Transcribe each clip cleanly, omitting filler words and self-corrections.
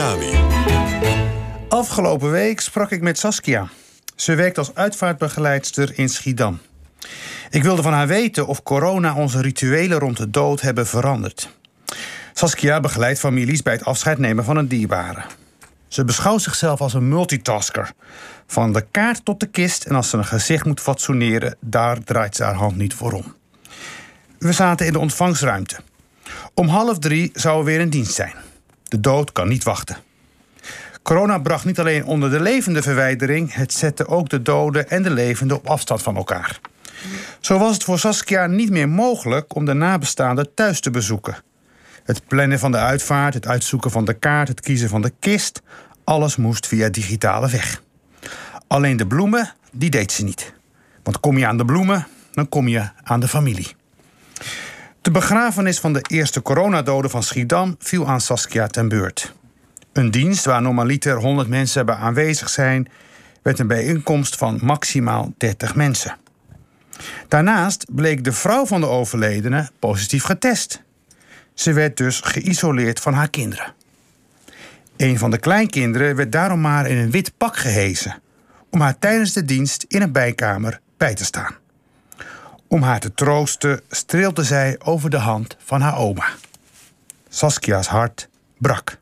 Tsunami. Afgelopen week sprak ik met Saskia. Ze werkt als uitvaartbegeleidster in Schiedam. Ik wilde van haar weten of corona onze rituelen rond de dood hebben veranderd. Saskia begeleidt families bij het afscheid nemen van een dierbare. Ze beschouwt zichzelf als een multitasker. Van de kaart tot de kist en als ze een gezicht moet fatsoeneren, daar draait ze haar hand niet voor om. We zaten in de ontvangstruimte. Om 2:30 zou er weer een dienst zijn. De dood kan niet wachten. Corona bracht niet alleen onder de levende verwijdering, het zette ook de doden en de levenden op afstand van elkaar. Zo was het voor Saskia niet meer mogelijk om de nabestaanden thuis te bezoeken. Het plannen van de uitvaart, het uitzoeken van de kaart, het kiezen van de kist, alles moest via digitale weg. Alleen de bloemen, die deed ze niet. Want kom je aan de bloemen, dan kom je aan de familie. De begrafenis van de eerste coronadoden van Schiedam viel aan Saskia ten beurt. Een dienst waar normaliter 100 mensen bij aanwezig zijn, werd een bijeenkomst van maximaal 30 mensen. Daarnaast bleek de vrouw van de overledene positief getest. Ze werd dus geïsoleerd van haar kinderen. Een van de kleinkinderen werd daarom maar in een wit pak gehesen, om haar tijdens de dienst in een bijkamer bij te staan. Om haar te troosten streelde zij over de hand van haar oma. Saskia's hart brak.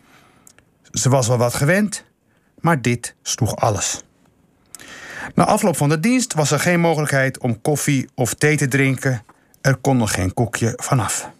Ze was wel wat gewend, maar dit sloeg alles. Na afloop van de dienst was er geen mogelijkheid om koffie of thee te drinken. Er kon nog geen koekje vanaf.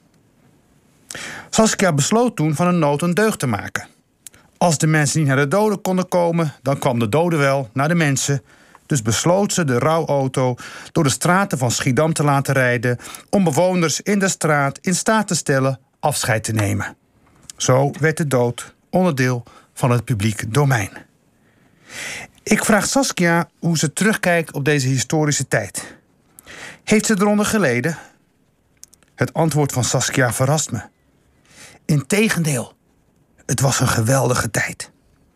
Saskia besloot toen van een nood een deugd te maken. Als de mensen niet naar de doden konden komen, dan kwam de dode wel naar de mensen. Dus besloot ze de rouwauto door de straten van Schiedam te laten rijden om bewoners in de straat in staat te stellen afscheid te nemen. Zo werd de dood onderdeel van het publiek domein. Ik vraag Saskia hoe ze terugkijkt op deze historische tijd. Heeft ze eronder geleden? Het antwoord van Saskia verrast me. Integendeel, het was een geweldige tijd.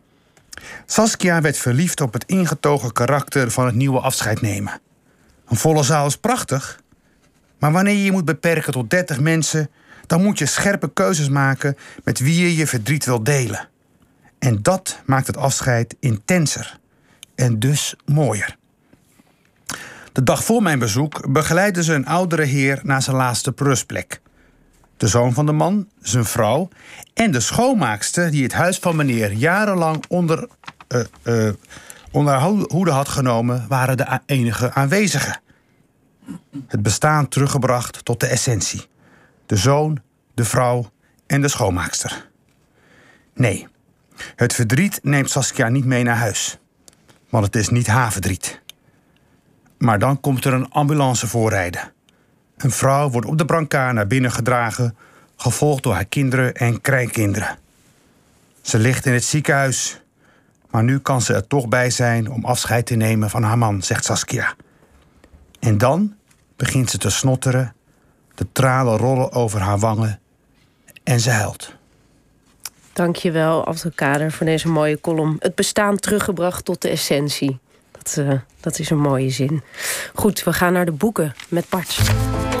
Saskia werd verliefd op het ingetogen karakter van het nieuwe afscheid nemen. Een volle zaal is prachtig, maar wanneer je je moet beperken tot 30 mensen, dan moet je scherpe keuzes maken met wie je je verdriet wil delen. En dat maakt het afscheid intenser en dus mooier. De dag voor mijn bezoek begeleidde ze een oudere heer naar zijn laatste rustplek. De zoon van de man, zijn vrouw en de schoonmaakster die het huis van meneer jarenlang onder haar hoede had genomen, waren de enige aanwezigen. Het bestaan teruggebracht tot de essentie. De zoon, de vrouw en de schoonmaakster. Nee, het verdriet neemt Saskia niet mee naar huis. Want het is niet haar verdriet. Maar dan komt er een ambulance voorrijden. Een vrouw wordt op de brancard naar binnen gedragen, gevolgd door haar kinderen en kleinkinderen. Ze ligt in het ziekenhuis, maar nu kan ze er toch bij zijn om afscheid te nemen van haar man, zegt Saskia. En dan begint ze te snotteren, de tranen rollen over haar wangen en ze huilt. Dankjewel, Abdelkader, voor deze mooie column. Het bestaan teruggebracht tot de essentie. Dat is een mooie zin. Goed, we gaan naar de boeken met Bart.